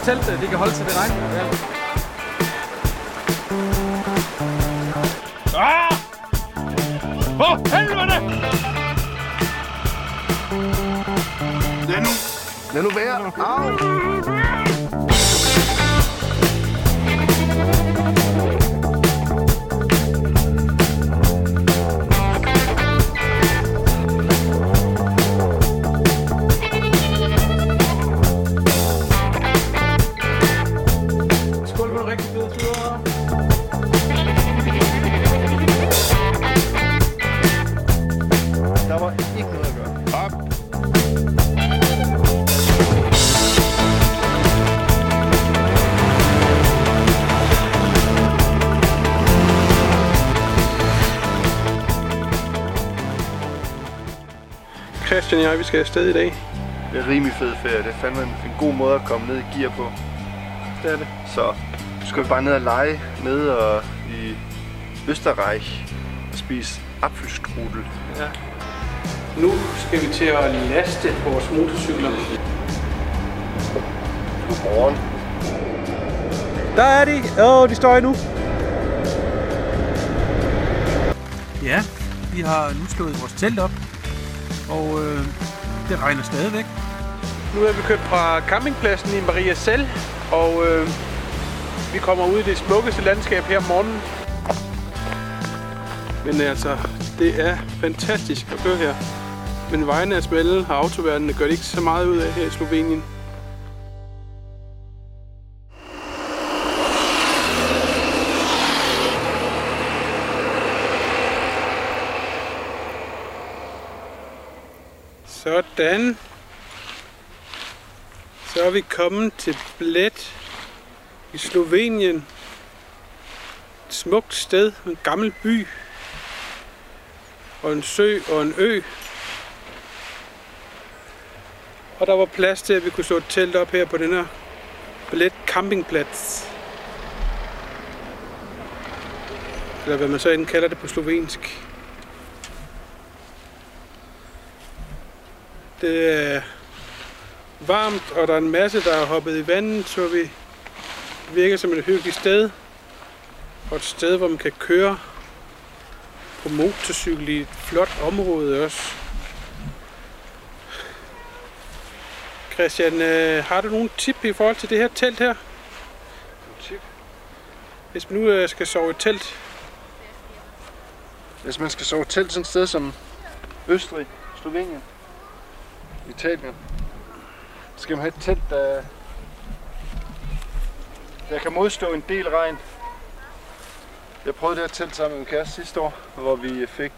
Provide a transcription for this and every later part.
teltet, det kan holde til det regn. Ja. For helvede! Lad nu være. Au! Skål på en rigtig fed tur. Der var ikke noget at gøre. Op. Christian og jeg, vi skal afsted i dag. Det er rimelig fed ferie. Det er fandme en god måde at komme ned i gear på. Det er det. Så nu skal vi bare ned og lege nede og i Österreich og spise apfelstrudel. Ja. Nu skal vi til at laste vores motorcykler. Godmorgen. Der er de! De står her nu. Ja, vi har nu slået vores telt op, og det regner stadigvæk. Nu er vi kørt fra campingpladsen i Mariazell, og vi kommer ud i det smukkeste landskab her om morgenen. Men altså, det er fantastisk at køre her. Men vejene er smalle, og autoverdenen gør det ikke så meget ud af her i Slovenien. Sådan. Så er vi kommet til Bled i Slovenien. Et smukt sted, en gammel by. Og en sø og en ø. Og der var plads til, at vi kunne slå et telt op her på den her Bled campingplads. Eller hvad man så end kalder det på slovensk. Det er varmt, og der er en masse, der er hoppet i vandet, så vi virker som et hyggeligt sted. Og et sted, hvor man kan køre på motorcykel i et flot område også. Christian, har du nogle tip i forhold til det her telt her? Tip. Hvis man nu skal sove i telt. Hvis man skal sove i telt sådan et sted som Østrig, Slovenien, Italien, så skal man have et telt, der kan modstå en del regn. Jeg prøvede det her telt sammen med min kæreste sidste år, hvor vi fik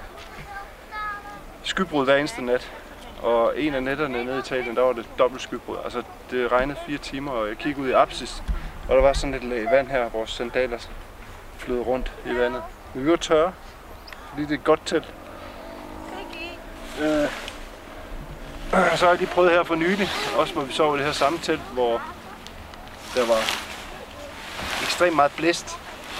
skybrud hver eneste nat. Og en af nætterne nede i Italien, der var det dobbelt skybrud. Altså det regnede 4 timer, og jeg kiggede ud i apsis, og der var sådan lidt lag vand her, vores sandaler flød rundt i vandet. Men vi var tørre, fordi det er et godt telt. Så har jeg lige prøvet her for nylig, også hvor vi sov i det her samme telt, hvor der var ekstremt meget blæst.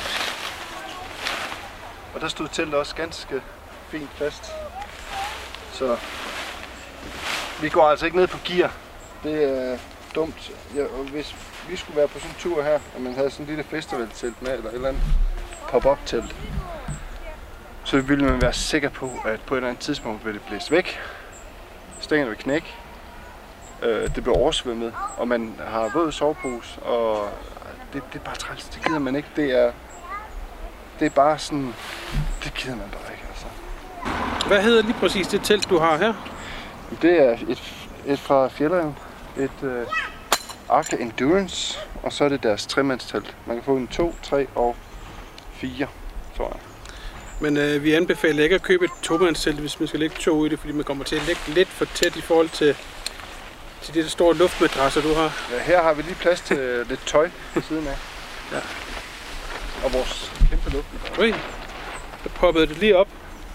Og der stod teltet også ganske fint fast. Så vi går altså ikke ned på gear. Det er dumt. Ja, og hvis vi skulle være på sådan en tur her, og man havde sådan en lille festivaltelt med, eller et eller andet pop-up telt, så ville man være sikker på, at på et eller andet tidspunkt vil det blæse væk. Stængerne vil knække. Det bliver oversvømmet, og man har våd sovepose, og det er bare træls. Det gider man ikke. Det er bare sådan, det gider man bare ikke, altså. Hvad hedder lige præcis det telt, du har her? Det er et fra Fjellhaven. Et Arca Endurance, og så er det deres tremandstelt. Man kan få en 2, 3 og 4, tror jeg. Men vi anbefaler ikke at købe et tomandstelt, hvis man skal lægge 2 i det, fordi man kommer til at lægge lidt for tæt i forhold til de der store luftmadrasser, du har. Ja, her har vi lige plads til lidt tøj på siden af. Ja. Og vores kæmpe luftmadras. Ui, der poppede det lige op.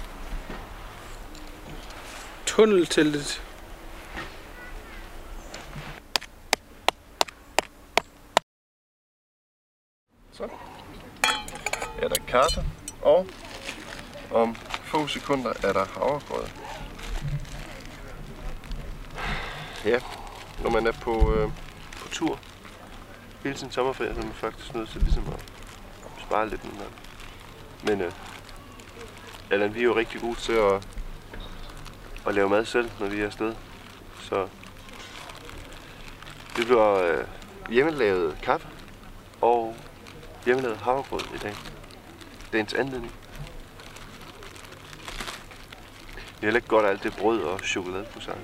Tunnelteltet. Så er der kaffe, og om få sekunder er der havregrød. Ja, når man er på tur, hele sin sommerferie, så er man faktisk nødt til ligesom at spare lidt nogle gange. Men Allan, vi er jo rigtig gode til at lave mad selv, når vi er afsted. Så det bliver hjemmelavet kaffe og hjemmelavet havregrød i dag. Dagens anledning. Det er heller ikke godt alt det brød og chokolade på sig.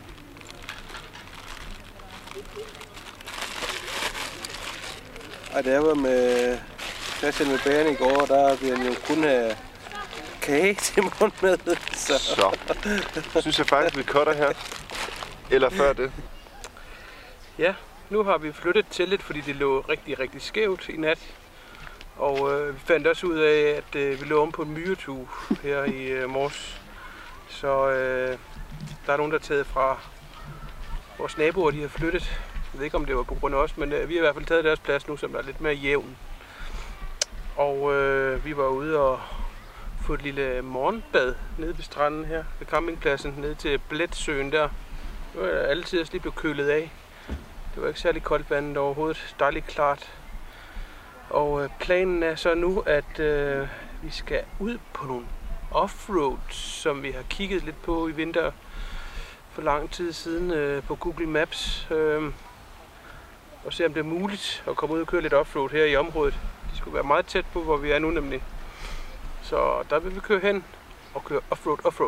Ej, da jeg var med Christian med bageren i går, der ville han jo kun have kage til morgenmad. Så synes jeg faktisk, vi cutter her. Eller før det. Ja, nu har vi flyttet teltet, fordi det lå rigtig, rigtig skævt i nat. Og vi fandt også ud af, at vi lå om på en myretue her i morges. Så der er nogen, der er taget fra vores naboer, de har flyttet. Jeg ved ikke, om det var på grund af os, men vi har i hvert fald taget deres plads nu, som er lidt mere jævn. Og vi var ude og få et lille morgenbad nede ved stranden her, ved campingpladsen, nede til Blætsøen der. Det var altid lige blevet kølet af. Det var ikke særlig koldt vandet overhovedet, dejligt klart. Og planen er så nu, at vi skal ud på nogle offroad, som vi har kigget lidt på i vinter for lang tid siden på Google Maps. Og se om det er muligt at komme ud og køre lidt offroad her i området. Det skulle være meget tæt på, hvor vi er nu nemlig. Så der vil vi køre hen og køre offroad.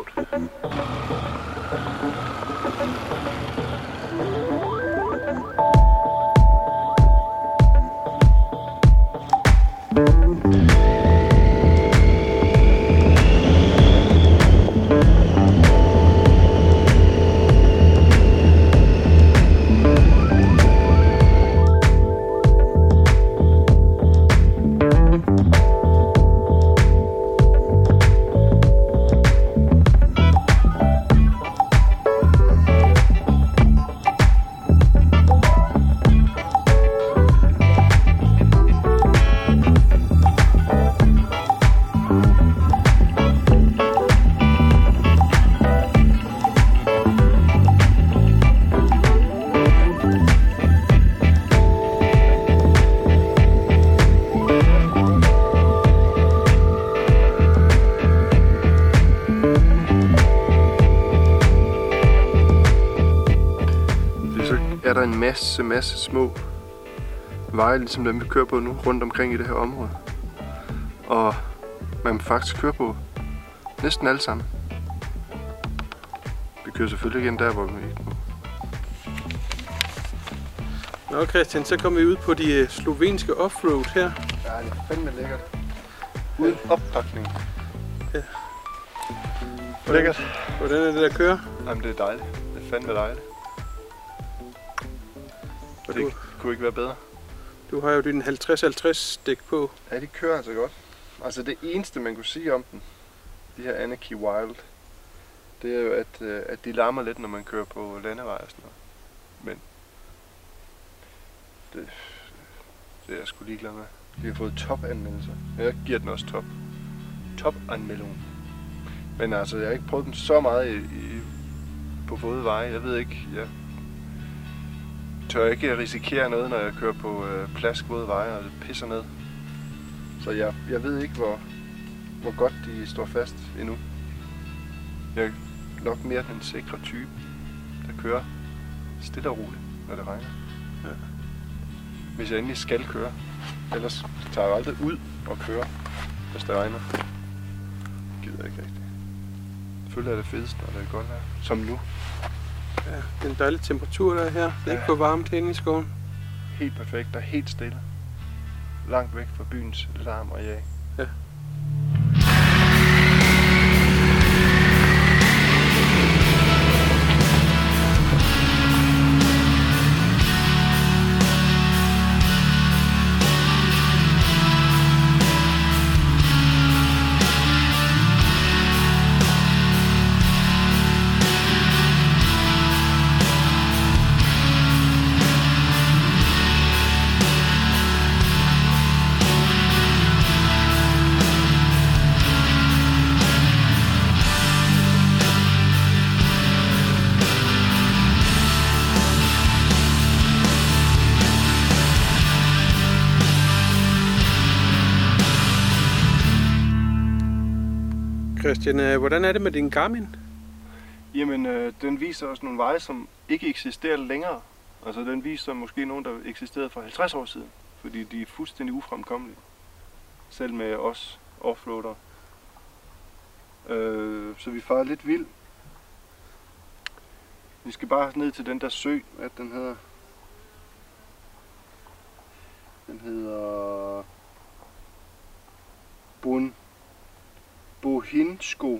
Er der en masse små veje, ligesom dem vi kører på nu, rundt omkring i det her område. Og man faktisk kører på næsten alle sammen. Vi kører selvfølgelig igen der, hvor vi ikke må. Nå Christian, så kommer vi ud på de slovenske offroad her. Ja, det er fandme lækkert. Uden oppakning. Ja. Lækkert. Hvordan er det der kører? Jamen det er dejligt. Det er fandme dejligt. Og det kunne ikke være bedre. Du har jo din 50-50 dæk på. Ja, de kører altså godt. Altså det eneste man kunne sige om den, de her Anarchy Wild, det er jo at de larmer lidt, når man kører på landevej og sådan noget. Men det er jeg sgu ligeglad med. Vi har fået top-anmeldelser. Jeg giver den også top-anmeldelse. Men altså, jeg har ikke prøvet dem så meget på våde veje. Jeg ved ikke, jeg tør ikke risikere noget, når jeg kører på plaskvåde veje, og det pisser ned. Så jeg ved ikke, hvor godt de står fast endnu. Jeg er nok mere den sikre type, der kører stille og roligt, når det regner. Ja. Hvis jeg endelig skal køre. Ellers tager jeg aldrig ud og kører, hvis det regner. Det gider jeg ikke rigtigt. Selvfølgelig er det fedest, når det er godt vejr. Som nu. Ja, det er en dejlig temperatur, der er her. Det er ikke for varmt herinde i skoven. Helt perfekt og helt stille. Langt væk fra byens larm og jag. Ja. Christian, hvordan er det med din Garmin? Jamen, den viser os nogle veje, som ikke eksisterer længere. Altså, den viser måske nogen, der eksisterede for 50 år siden. Fordi de er fuldstændig ufremkommelige. Selv med os offroader. Så vi farer lidt vild. Vi skal bare ned til den der sø, hvad den hedder. Den hedder Bohinsko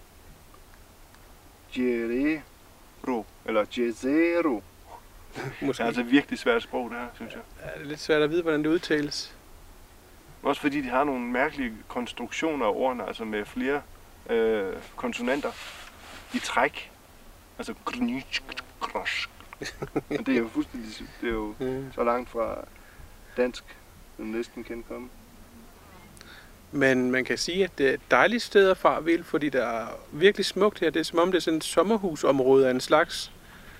Jezero, eller Jezero. Måske. Det er altså virkelig svært sprog, det her, synes jeg. Ja, det er lidt svært at vide, hvordan det udtales. Også fordi de har nogle mærkelige konstruktioner af ordene, altså med flere konsonanter i træk. Altså og det er jo fuldstændig, det er jo så langt fra dansk, som næsten kan komme. Men man kan sige, at det er et dejligt sted at fare vild, fordi der er virkelig smukt her. Det er som om det er sådan et sommerhusområde af en slags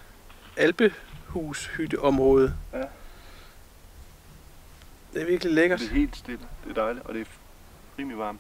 alpehushytteområde. Ja. Det er virkelig lækkert. Det er helt stille, det er dejligt, og det er rimelig varmt.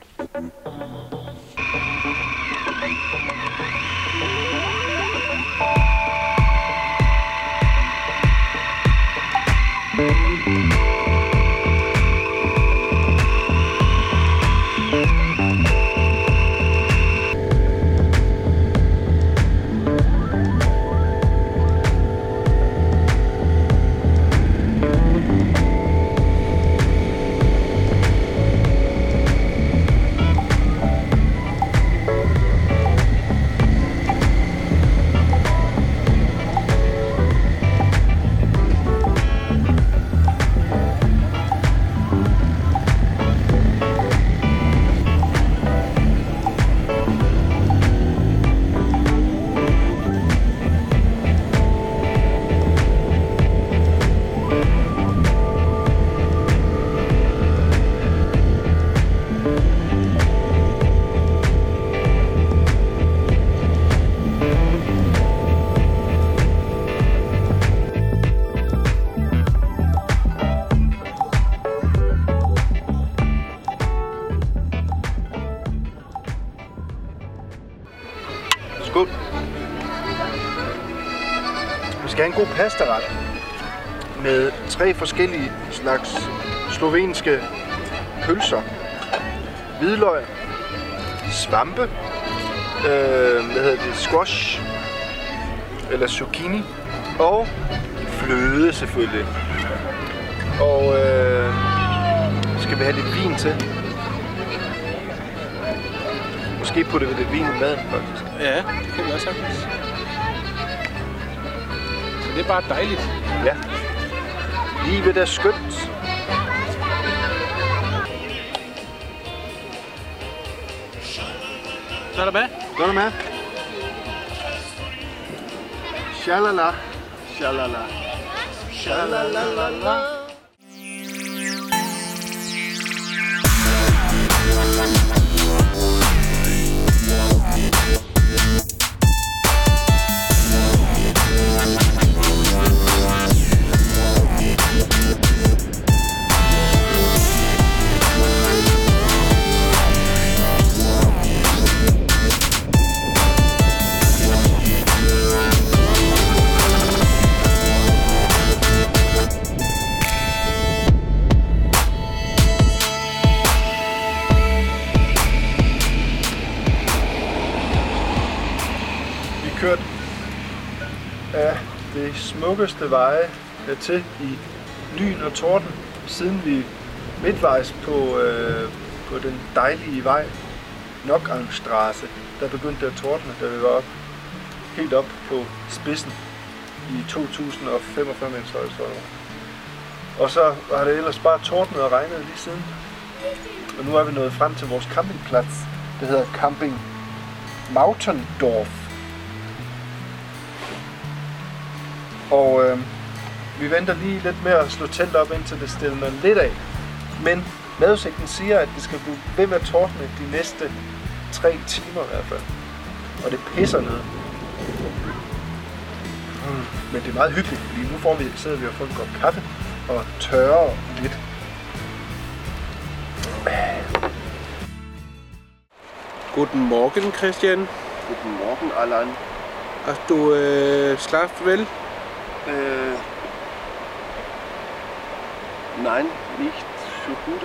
Skål. Vi skal have en god pastaret med 3 forskellige slags slovenske pølser. Hvidløg, svampe, squash eller zucchini og fløde selvfølgelig. Og skal vi have lidt vin til. Måske putter vi lidt vin i maden, faktisk. Ja, det kan vi også sagtens. Så det er bare dejligt. Ja. Livet er skønt. Så er der med. Så er der med. Shalala. Shalala. Shalala. Kørt af det smukkeste veje til i lyn og torden, siden vi midtvejs på den dejlige vej Nockangstraße, der begyndte at tordne, da vi var helt op på spidsen i 2045 meters højde. Og så har det ellers bare tordnet og regnet lige siden. Og nu er vi nået frem til vores campingplads. Det hedder Camping Mautendorf. Og vi venter lige lidt med at slå telt op, indtil det stiller lidt af. Men vejrudsigten siger, at det skal blive ved med at tordne de næste 3 timer i hvert fald. Og det pisser ned. Men det er meget hyggeligt, fordi nu sidder vi og får en kop kaffe og tørrer lidt. Guten Morgen, Christian. Guten Morgen, Allan. Hast du schlafen vel? Nein, nicht so gut,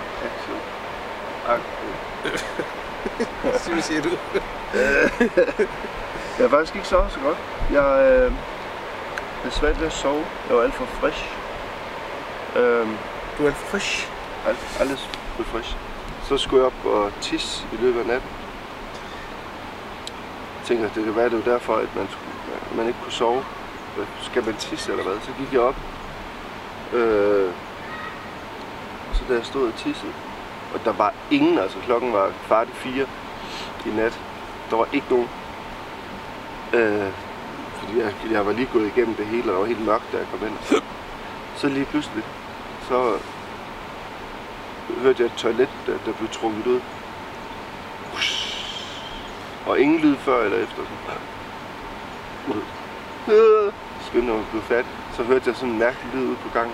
Axel. Hvad siger du? Jeg har faktisk ikke sovet så godt. Jeg er svært ved at sove. Jeg var alt for frisk. Du er alt for frisk. Alles for frisk. Så skulle jeg op og tisse i løbet af natten. Jeg tænker, at det kan være, det var derfor, at man ikke kunne sove. Skal man tisse eller hvad? Så gik jeg op. Så da jeg stod og tissede, og der var ingen, altså klokken var 4:15 i nat. Der var ikke nogen. Fordi jeg var lige gået igennem det hele, og det var helt mørkt, da jeg kom ind. Så lige pludselig, så hørte jeg et toilet, der blev trukket ud. Og ingen lyd før eller efter. Skyndte mig at blive fat. Så hørte jeg sådan en mærkelig lyd ude på gangen.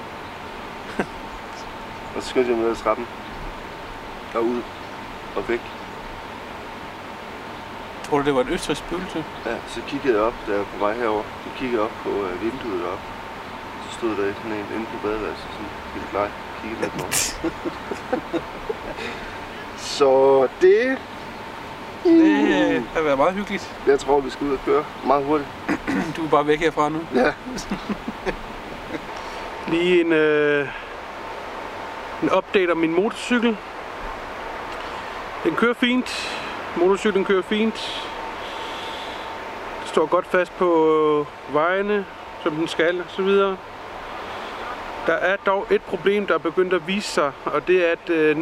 Og så skyndte jeg mig ned ad trappen. Og ud og væk. Tror du, det var et østrigsk spøgelse? Ja, så kiggede jeg op, da jeg var på vej herover. Så kiggede jeg op på vinduet deroppe. Så stod der sådan en inde på badeværelset, sådan helt klar. Kiggede lidt over. Så det har været meget hyggeligt. Jeg tror, vi skal ud og køre meget hurtigt. Du er bare væk herfra nu. Ja. Lige en update om min motorcykel. Den kører fint. Motorcyklen kører fint. Det står godt fast på vejene, som den skal, og så videre. Der er dog et problem, der er begyndt at vise sig, og det er, at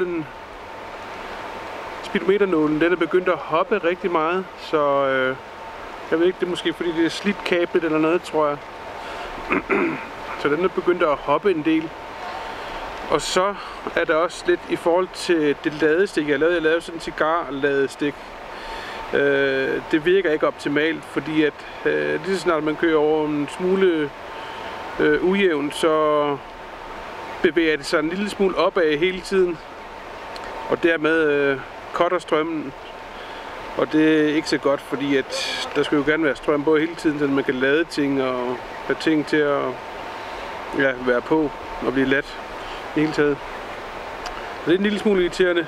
speedometernålen, den er begyndt at hoppe rigtig meget, så jeg ved ikke, det er måske fordi det er slidt kablet eller noget, tror jeg. Så den er begyndt at hoppe en del. Og så er der også lidt i forhold til det ladestik, jeg lavede sådan en cigarladestik. Det virker ikke optimalt, fordi at lige så snart man kører over en smule ujævnt, så bevæger det sig en lille smule opad hele tiden. Og dermed cutter strømmen. Og det er ikke så godt, fordi at der skal jo gerne være strøm på hele tiden, så man kan lade ting og have ting til at være på og blive let i hele taget. Så det er en lille smule irriterende.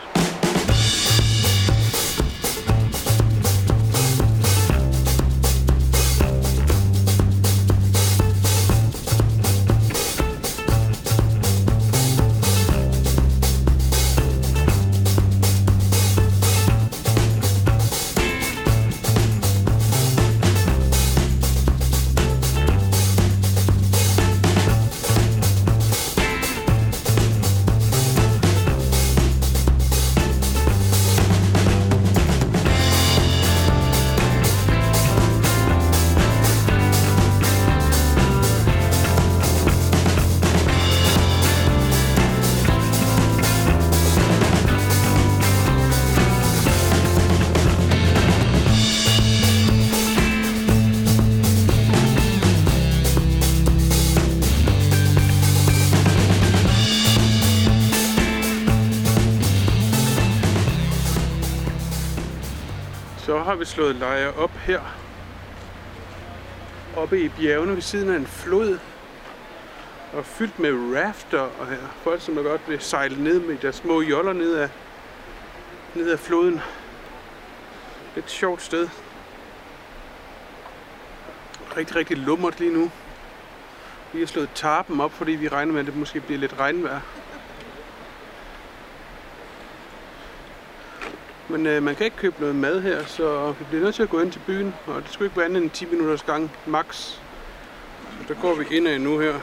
Så har vi slået lejre op her, oppe i bjergene ved siden af en flod, og fyldt med rafter og her. Folk, som der godt vil sejle ned med deres små joller ned ad floden. Et sjovt sted. Rigtig, rigtig lummert lige nu. Vi har slået tarpen op, fordi vi regner med, at det måske bliver lidt regnvejr. Men man kan ikke købe noget mad her, så vi bliver nødt til at gå ind til byen, og det skulle ikke være andet end 10 minutters gang max. Så der går vi indad nu her.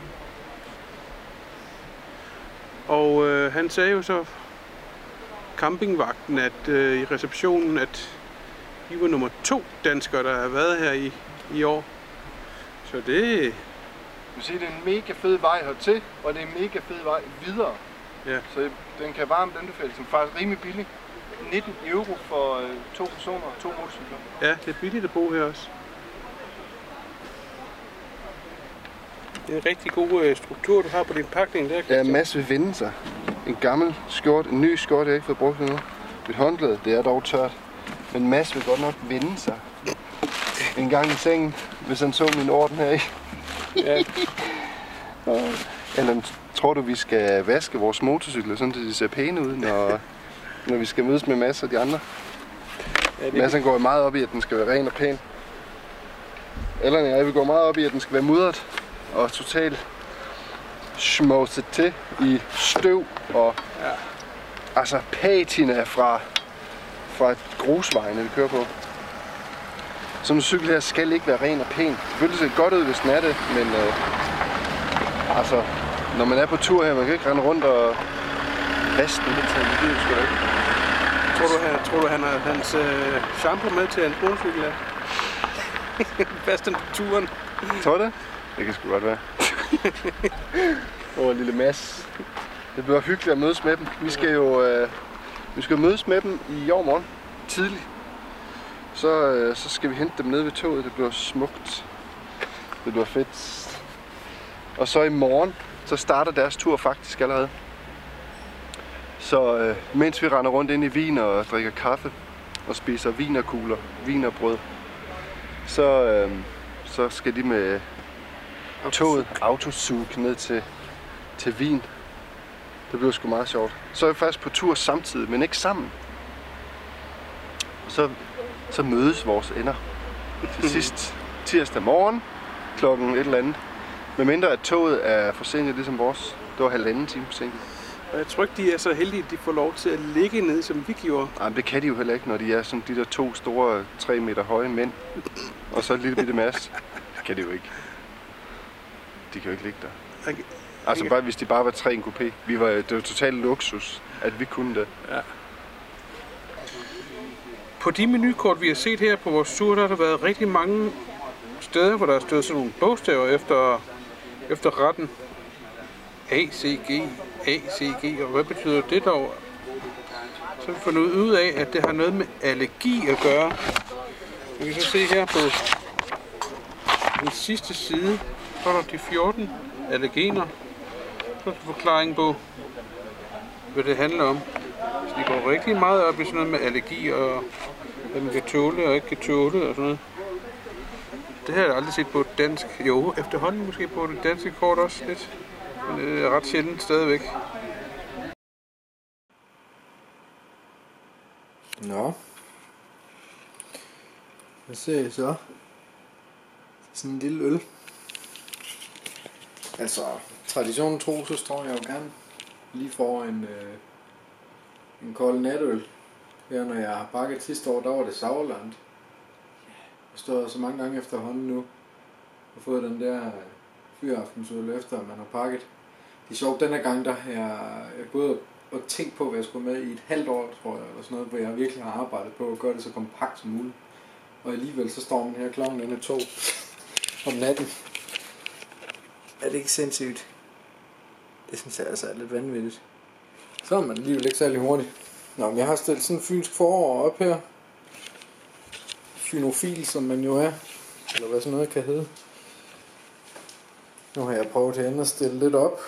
Og han sagde jo så, campingvagten, at i receptionen, at I var nummer 2 danskere, der har været her i år. Så det... Jeg vil sige, det er en mega fed vej hertil, og det er en mega fed vej videre. Ja. Så den kan varmt anbefales, som faktisk rimelig billig. 19 euro for 2 personer og 2 motorcykler. Ja, det er billigt at bo her også. Det er en rigtig god struktur, du har på din pakning der, Christian. Ja, en masse vil vende sig. En gammel skjort, en ny skjort, jeg ikke fået brugt endnu. mit håndklæde. Det er dog tørt. Men Mads vil godt nok vende sig en gang i sengen, hvis han så min orden her i. Ja. Eller tror du, vi skal vaske vores motorcykler, sådan at de ser pæne ud, når vi skal mødes med Mads og de andre? Ja, Mads han går meget op i, at den skal være ren og pæn. Eller jeg vil gå meget op i, at den skal være mudret og totalt smosset til i støv og altså patina fra grusvejene, vi kører på. Sådan en cykel her skal ikke være ren og pæn. Selvfølgelig ser det godt ud, hvis den er det, men altså, når man er på tur her, man kan ikke rende rundt og vaske den hele tiden. Det gider sgu da ikke. Tror du han har hans shampoo med til hans motorcykel? Fast den på turen. Tror du det? Det kan sgu godt være. Lille Mads. Det bliver hyggeligt at mødes med dem. Vi skal jo mødes med dem i morgen tidligt. Så skal vi hente dem nede ved toget. Det bliver smukt. Det bliver fedt. Og så i morgen, så starter deres tur faktisk allerede. Så mens vi render rundt ind i Wien og drikker kaffe og spiser wienerkugler, wienerbrød, så skal de med toget Autozug ned til Wien. Det bliver sgu meget sjovt. Så er vi faktisk på tur samtidig, men ikke sammen. Så mødes vores ender til sidst tirsdag morgen klokken et eller andet. Medmindre at toget er forsinket ligesom vores. Det var 1,5 time forsinket. Og jeg tror ikke, de er så heldige, at de får lov til at ligge ned, som vi gjorde. Nej, det kan de jo heller ikke, når de er sådan de der 2 store 3 meter høje mænd. Og så et lille bitte Mads. Det kan de jo ikke. De kan jo ikke ligge der. Altså bare, hvis de bare var 3 i en coupé. Det var totalt luksus, at vi kunne det. Ja. På de menukort, vi har set her på vores tur, der har der været rigtig mange steder, hvor der er stået sådan nogle bogstaver efter retten. ACG, og hvad betyder det dog? Så har vi fundet ud af, at det har noget med allergi at gøre. Vi kan så se her på den sidste side, så er der de 14 allergener. Så er der forklaring på, hvad det handler om. Så de går rigtig meget op i sådan noget med allergi og hvad man kan tåle og ikke kan tåle og sådan noget. Det har jeg aldrig set på dansk. Jo, efterhånden måske på det danske kort også lidt. Men det er ret sjældent stadigvæk. Nå. Hvad ser I så? Sådan en lille øl. Altså, traditionen tro, så står jeg jo gerne lige for en kold natøl. Her når jeg har bakket sidste år, der var det Sauerland. Jeg står så mange gange efterhånden nu og fået den der fyraftensøl efter man har pakket. Det er sjovt, denne gang der har jeg gået og tænkt på, hvad jeg skulle med i et halvt år, tror jeg, eller sådan noget, hvor jeg virkelig har arbejdet på at gøre det så kompakt som muligt. Og alligevel så står man her klokken den er 2 om natten. Er det ikke sindssygt? Det synes jeg altså er lidt vanvittigt. Så er man alligevel ikke særlig hurtigt. Nå, men jeg har stillet sådan en fynsk forår op her. Fynofil, som man jo er. Eller hvad sådan noget kan hedde. Nu har jeg prøvet herinde at stille lidt op.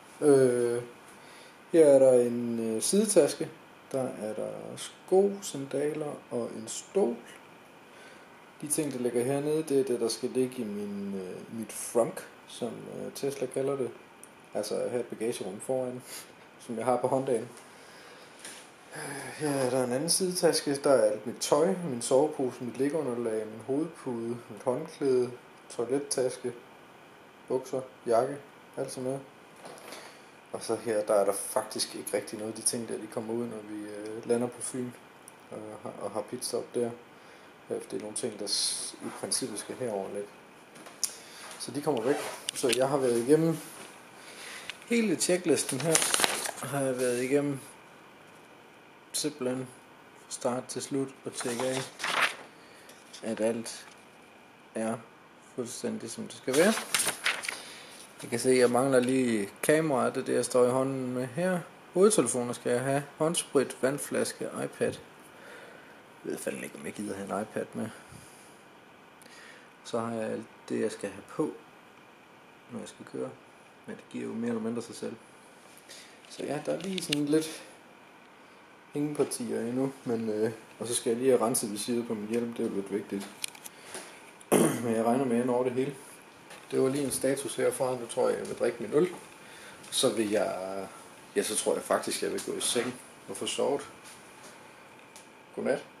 Her er der en sidetaske. Der er der sko, sandaler og en stol. De ting, der ligger hernede, det er det, der skal ligge i mit frunk, som Tesla kalder det. Altså her et bagagerum foran, som jeg har på Hondaen. Her er der en anden sidetaske. Der er alt mit tøj, min sovepose, mit liggeunderlag, min hovedpude, mit håndklæde, toilettaske, bukser, jakke, alt sådan noget. Og så her, der er der faktisk ikke rigtig noget af de ting der, de kommer ud, når vi lander på Fyn og har pitstop der. Det er nogle ting, der i princippet skal herover lidt. Så de kommer væk. Så jeg har været igennem hele checklisten her. Har jeg været igennem simpelthen start til slut og tjekke af, at alt er fuldstændig som det skal være. Jeg kan se, at jeg mangler lige kameraet, det jeg står i hånden med her. Hovedtelefoner skal jeg have, håndsprit, vandflaske, iPad. Jeg ved fandme ikke, om jeg gider have en iPad med. Så har jeg alt det, jeg skal have på, når jeg skal køre. Men det giver jo mere eller mindre sig selv. Så ja, der er lige sådan lidt ingen partier endnu, men og så skal jeg lige have renset visiret på min hjelm, det er jo lidt vigtigt. Men jeg regner med, at jeg når det hele. Det var lige en status herfra, nu tror jeg vil drikke min øl. Så vil jeg, så tror jeg faktisk, jeg vil gå i seng og få sovet. Godnat.